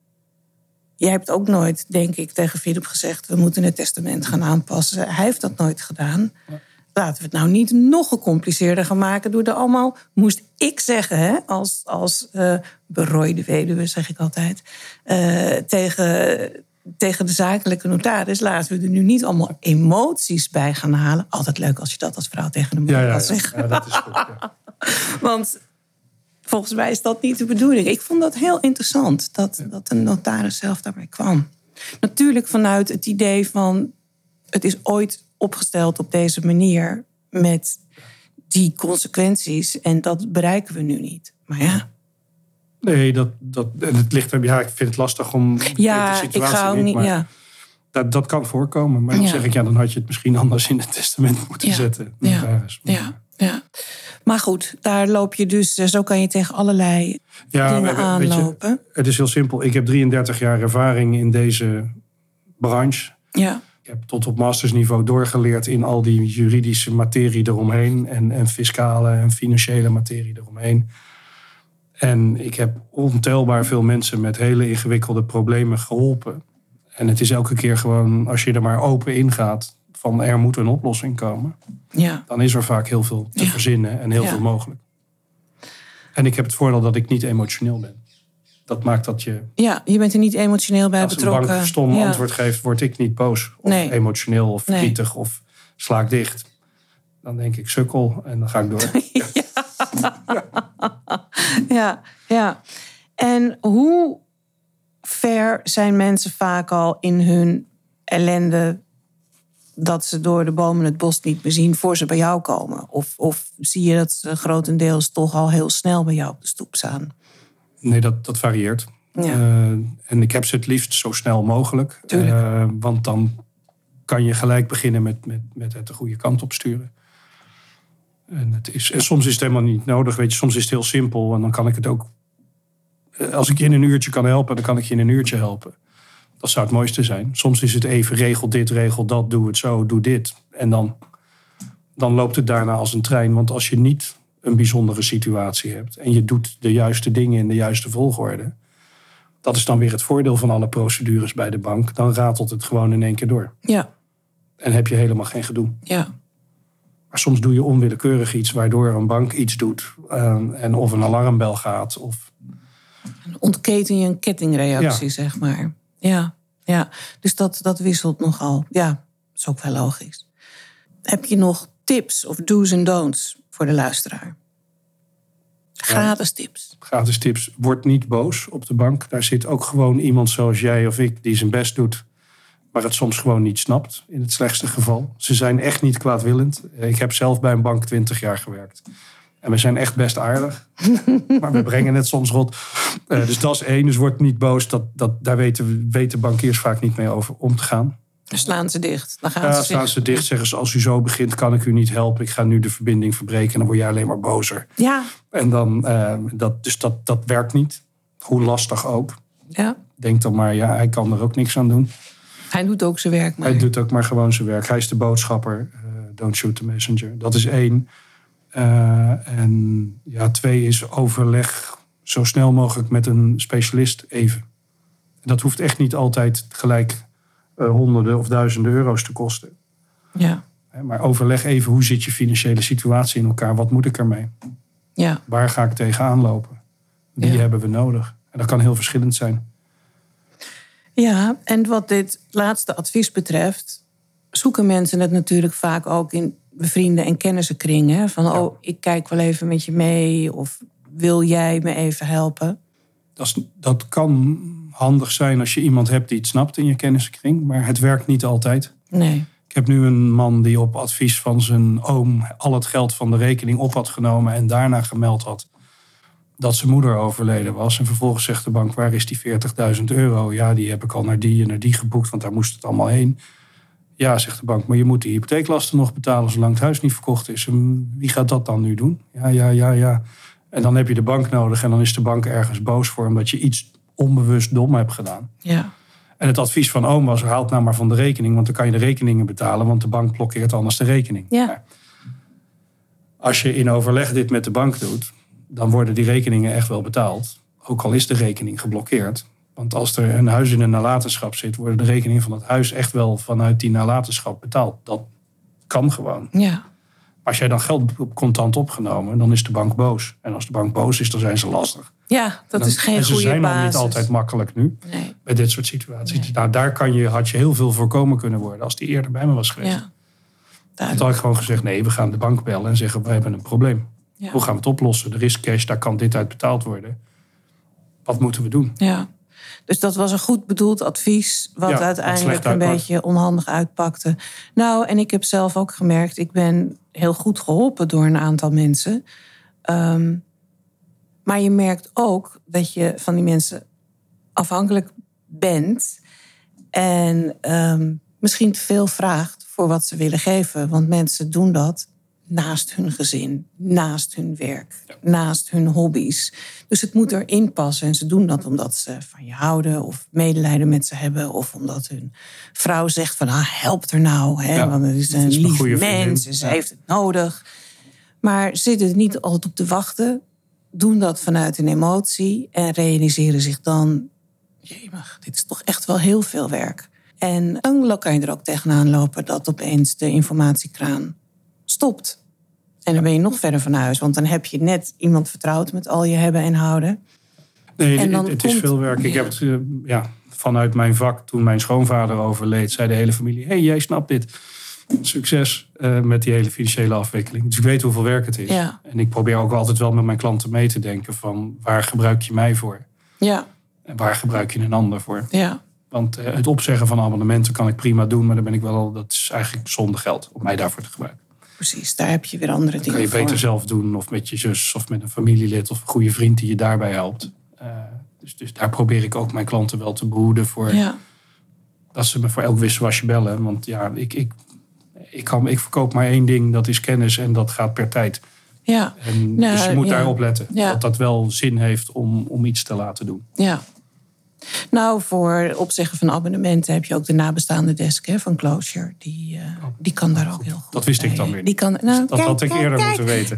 Jij hebt ook nooit, denk ik, tegen Philip gezegd, we moeten het testament gaan aanpassen. Hij heeft dat nooit gedaan. Ja. Laten we het nou niet nog gecompliceerder gaan maken door er allemaal, moest ik zeggen, hè, als berooide weduwe, zeg ik altijd, tegen tegen de zakelijke notaris, laten we er nu niet allemaal emoties bij gaan halen. Altijd leuk als je dat als vrouw tegen de man kan zeggen. Ja, dat is goed. Ja. Want volgens mij is dat niet de bedoeling. Ik vond dat heel interessant, dat de notaris zelf daarbij kwam. Natuurlijk vanuit het idee van, het is ooit opgesteld op deze manier met die consequenties en dat bereiken we nu niet. Maar ja. Nee, het ligt er. Ja, ik vind het lastig om. Ja, de situatie ik ga ook niet. maar Ja. Dat kan voorkomen. Maar dan zeg ik, dan had je het misschien anders in het testament moeten zetten. Ja. Maar goed, daar loop je dus. Zo kan je tegen allerlei dingen aanlopen. Weet je, het is heel simpel. Ik heb 33 jaar ervaring in deze branche. Ja. Ik heb tot op mastersniveau doorgeleerd in al die juridische materie eromheen. En fiscale en financiële materie eromheen. En ik heb ontelbaar veel mensen met hele ingewikkelde problemen geholpen. En het is elke keer gewoon, als je er maar open in gaat, van er moet een oplossing komen. Ja. Dan is er vaak heel veel te verzinnen en heel veel mogelijk. En ik heb het voordeel dat ik niet emotioneel ben. Dat maakt dat je... Ja, je bent er niet emotioneel bij betrokken. Als een bank stom antwoord geeft, word ik niet boos. Of emotioneel of verdrietig of sla ik dicht. Dan denk ik sukkel en dan ga ik door. Ja. En hoe ver zijn mensen vaak al in hun ellende dat ze door de bomen het bos niet meer zien voor ze bij jou komen? Of zie je dat ze grotendeels toch al heel snel bij jou op de stoep staan? Nee, dat varieert. Ja. En ik heb ze het liefst zo snel mogelijk. Want dan kan je gelijk beginnen met het de goede kant op sturen. En soms is het helemaal niet nodig. Weet je, soms is het heel simpel. En dan kan ik het ook... Als ik je in een uurtje kan helpen, dan kan ik je in een uurtje helpen. Dat zou het mooiste zijn. Soms is het even regel dit, regel dat, doe het zo, doe dit. En dan loopt het daarna als een trein. Want als je niet een bijzondere situatie hebt en je doet de juiste dingen in de juiste volgorde, dat is dan weer het voordeel van alle procedures bij de bank. Dan ratelt het gewoon in één keer door. Ja. En heb je helemaal geen gedoe. Ja. Maar soms doe je onwillekeurig iets waardoor een bank iets doet. En of een alarmbel gaat. Of... Dan ontketen je een kettingreactie, zeg maar. Ja. Dus dat wisselt nogal. Ja, dat is ook wel logisch. Heb je nog tips of do's en don'ts voor de luisteraar? Gratis tips. Gratis tips. Word niet boos op de bank. Daar zit ook gewoon iemand zoals jij of ik die zijn best doet, maar het soms gewoon niet snapt, in het slechtste geval. Ze zijn echt niet kwaadwillend. Ik heb zelf bij een bank 20 jaar gewerkt. En we zijn echt best aardig. Maar we brengen het soms rot. Dus dat is één. Dus word niet boos. Daar weten bankiers vaak niet mee over om te gaan. Dan slaan ze dicht. Dan gaan slaan ze dicht. Zeggen ze, als u zo begint, kan ik u niet helpen. Ik ga nu de verbinding verbreken. En dan word je alleen maar bozer. Ja. En dan, dat werkt niet. Hoe lastig ook. Ja. Denk dan maar, hij kan er ook niks aan doen. Hij doet ook zijn werk maar. Hij doet ook maar gewoon zijn werk. Hij is de boodschapper. Don't shoot the messenger. Dat is 1. En 2 is overleg zo snel mogelijk met een specialist even. En dat hoeft echt niet altijd gelijk honderden of duizenden euro's te kosten. Ja. Maar overleg even, hoe zit je financiële situatie in elkaar? Wat moet ik ermee? Ja. Waar ga ik tegenaan lopen? Wie hebben we nodig? En dat kan heel verschillend zijn. Ja, en wat dit laatste advies betreft, zoeken mensen het natuurlijk vaak ook in bevrienden- en kennissenkringen. Van, ik kijk wel even met je mee, of wil jij me even helpen? Dat kan handig zijn als je iemand hebt die het snapt in je kennissenkring, maar het werkt niet altijd. Nee. Ik heb nu een man die op advies van zijn oom al het geld van de rekening op had genomen en daarna gemeld had dat zijn moeder overleden was. En vervolgens zegt de bank, waar is die 40.000 euro? Ja, die heb ik al naar die en naar die geboekt, want daar moest het allemaal heen. Ja, zegt de bank, maar je moet die hypotheeklasten nog betalen zolang het huis niet verkocht is. En wie gaat dat dan nu doen? Ja. En dan heb je de bank nodig en dan is de bank ergens boos voor omdat je iets onbewust dom hebt gedaan. Ja. En het advies van oom was, haal het nou maar van de rekening, want dan kan je de rekeningen betalen, want de bank blokkeert anders de rekening. Ja. Maar als je in overleg dit met de bank doet, dan worden die rekeningen echt wel betaald. Ook al is de rekening geblokkeerd. Want als er een huis in een nalatenschap zit, worden de rekeningen van het huis echt wel vanuit die nalatenschap betaald. Dat kan gewoon. Ja. Als jij dan geld op contant opgenomen, dan is de bank boos. En als de bank boos is, dan zijn ze lastig. Ja, dat is geen en goede ze zijn basis. al niet altijd makkelijk nu. Nee. Bij dit soort situaties. Nee. Nou, daar had je heel veel voorkomen kunnen worden als die eerder bij me was geweest. Ja, Dan had ik gewoon gezegd, nee, we gaan de bank bellen en zeggen, we hebben een probleem. Ja. Hoe gaan we het oplossen? Er is cash, daar kan dit uit betaald worden. Wat moeten we doen? Ja. Dus dat was een goed bedoeld advies, wat Ja, wat uiteindelijk slecht een uitpakt. beetje onhandig uitpakte. Nou, en ik heb zelf ook gemerkt, ik ben heel goed geholpen door een aantal mensen. Maar je merkt ook dat je van die mensen afhankelijk bent. En misschien te veel vraagt voor wat ze willen geven. Want mensen doen dat naast hun gezin, naast hun werk, naast hun hobby's. Dus het moet erin passen. En ze doen dat omdat ze van je houden of medelijden met ze hebben. Of omdat hun vrouw zegt van, help er nou. Hè, Ja, want het is het een is mijn lief goede vriendin. mens en ze heeft het nodig. Maar ze zitten er niet altijd op te wachten. Doen dat vanuit een emotie. En realiseren zich dan, jemig, dit is toch echt wel heel veel werk. En dan kan je er ook tegenaan lopen dat opeens de informatiekraan stopt. En dan ben je nog verder van huis. Want dan heb je net iemand vertrouwd met al je hebben en houden. Nee, En dan het is veel werk. Ik heb het vanuit mijn vak, toen mijn schoonvader overleed, zei de hele familie, hey, jij snapt dit. Succes met die hele financiële afwikkeling. Dus ik weet hoeveel werk het is. Ja. En ik probeer ook altijd wel met mijn klanten mee te denken van, waar gebruik je mij voor? Ja, En waar gebruik je een ander voor? ja, Want het opzeggen van abonnementen kan ik prima doen, maar dan ben ik wel, dat is eigenlijk zonde geld om mij daarvoor te gebruiken. precies. Daar heb je weer andere Dat dingen kan je voor. beter zelf doen, of met je zus, of met een familielid, of een goede vriend die je daarbij helpt. Dus daar probeer ik ook mijn klanten wel te behoeden voor. Ja, Dat ze me voor elk wisselwasje bellen. Want ja, ik verkoop maar één ding, dat is kennis en dat gaat per tijd. ja, En Nou, dus je moet ja. daarop letten. Ja. Dat dat wel zin heeft om iets te laten doen. ja. Nou, voor opzeggen van abonnementen heb je ook de nabestaande desk van Closure. Die kan daar ook heel goed Dat wist ik bij. dan weer Die kan, nou, Dat had ik eerder moeten weten.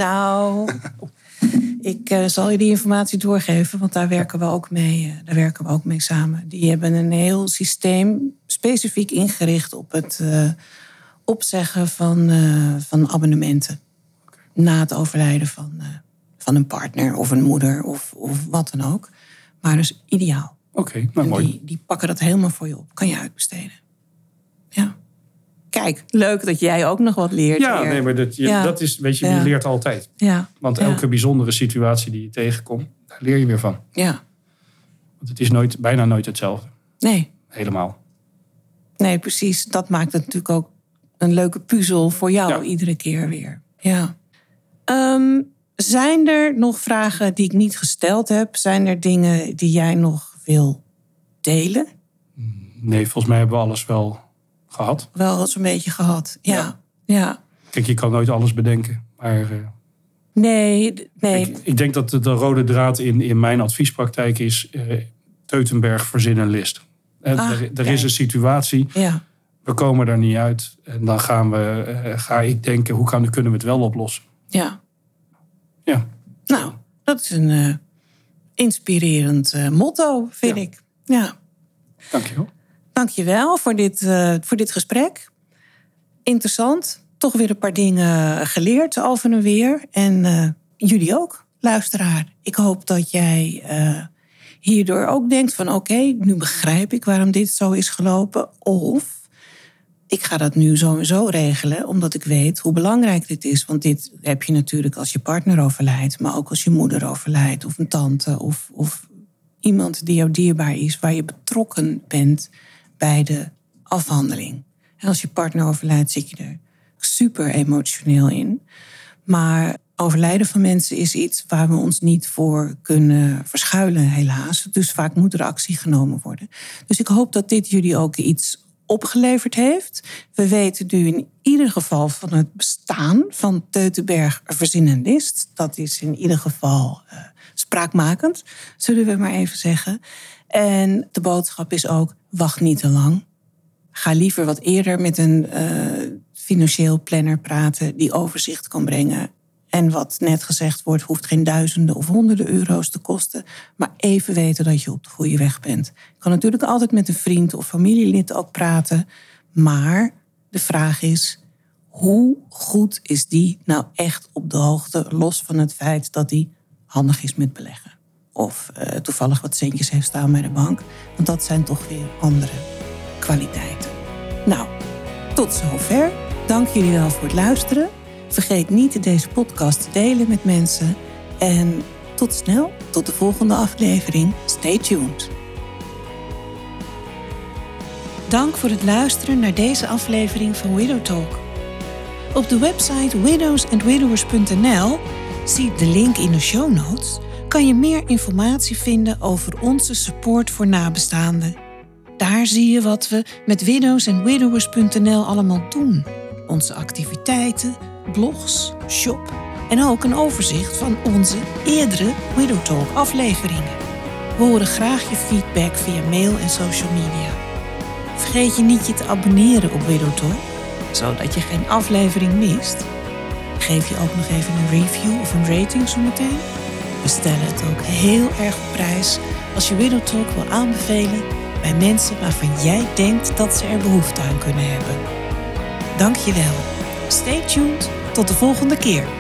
Ik zal je die informatie doorgeven, want daar werken we ook mee samen. Die hebben een heel systeem specifiek ingericht op het opzeggen van abonnementen. Na het overlijden van een partner of een moeder of wat dan ook. Maar dus ideaal. Oké, nou En mooi. die pakken dat helemaal voor je op. Kan je uitbesteden. Ja. Kijk, leuk dat jij ook nog wat leert. Ja, hier. nee, maar dat is, weet je, je leert altijd. Ja. Want Ja. elke bijzondere situatie die je tegenkomt, daar leer je weer van. Ja. Want het is bijna nooit hetzelfde. Nee. Helemaal. Nee, precies. Dat maakt het natuurlijk ook een leuke puzzel voor jou Ja. iedere keer weer. Ja. Zijn er nog vragen die ik niet gesteld heb? Zijn er dingen die jij nog wil delen? Nee, volgens mij hebben we alles wel gehad. Wel eens een beetje gehad. Ja. Kijk, je kan nooit alles bedenken. Maar Nee. ik denk dat de rode draad in mijn adviespraktijk is Teutenberg verzin een list. Er is een situatie, Ja. we komen er niet uit. En dan ga ik denken, hoe kunnen we het wel oplossen? Ja. Ja. Nou, dat is een inspirerend motto, vind ik. Ja. Dankjewel. Dankjewel voor dit gesprek. Interessant. Toch weer een paar dingen geleerd over en weer. En jullie ook, luisteraar. Ik hoop dat jij hierdoor ook denkt van oké, nu begrijp ik waarom dit zo is gelopen. Of ik ga dat nu sowieso regelen, omdat ik weet hoe belangrijk dit is. Want dit heb je natuurlijk als je partner overlijdt, maar ook als je moeder overlijdt, of een tante, of iemand die jou dierbaar is, waar je betrokken bent bij de afhandeling. En als je partner overlijdt, zit je er super emotioneel in. Maar overlijden van mensen is iets waar we ons niet voor kunnen verschuilen, helaas. Dus vaak moet er actie genomen worden. Dus ik hoop dat dit jullie ook iets opgeleverd heeft. We weten nu in ieder geval van het bestaan van Teutenberg verzin een list. Dat is in ieder geval spraakmakend, zullen we maar even zeggen. En de boodschap is ook, wacht niet te lang. Ga liever wat eerder met een financieel planner praten die overzicht kan brengen. En wat net gezegd wordt, hoeft geen duizenden of honderden euro's te kosten. Maar even weten dat je op de goede weg bent. Je kan natuurlijk altijd met een vriend of familielid ook praten. Maar de vraag is, hoe goed is die nou echt op de hoogte, los van het feit dat die handig is met beleggen? of toevallig wat centjes heeft staan bij de bank. Want dat zijn toch weer andere kwaliteiten. Nou, tot zover. Dank jullie wel voor het luisteren. Vergeet niet deze podcast te delen met mensen. En tot snel, tot de volgende aflevering. Stay tuned. Dank voor het luisteren naar deze aflevering van Widow Talk. Op de website widowsandwidowers.nl, zie de link in de show notes, kan je meer informatie vinden over onze support voor nabestaanden. Daar zie je wat we met widowsandwidowers.nl allemaal doen. Onze activiteiten, blogs, shop en ook een overzicht van onze eerdere Widow Talk afleveringen. We horen graag je feedback via mail en social media. Vergeet je niet je te abonneren op Widow Talk, zodat je geen aflevering mist. Geef je ook nog even een review of een rating zometeen. We stellen het ook heel erg op prijs als je Widow Talk wil aanbevelen bij mensen waarvan jij denkt dat ze er behoefte aan kunnen hebben. Dank je wel. Stay tuned. Tot de volgende keer.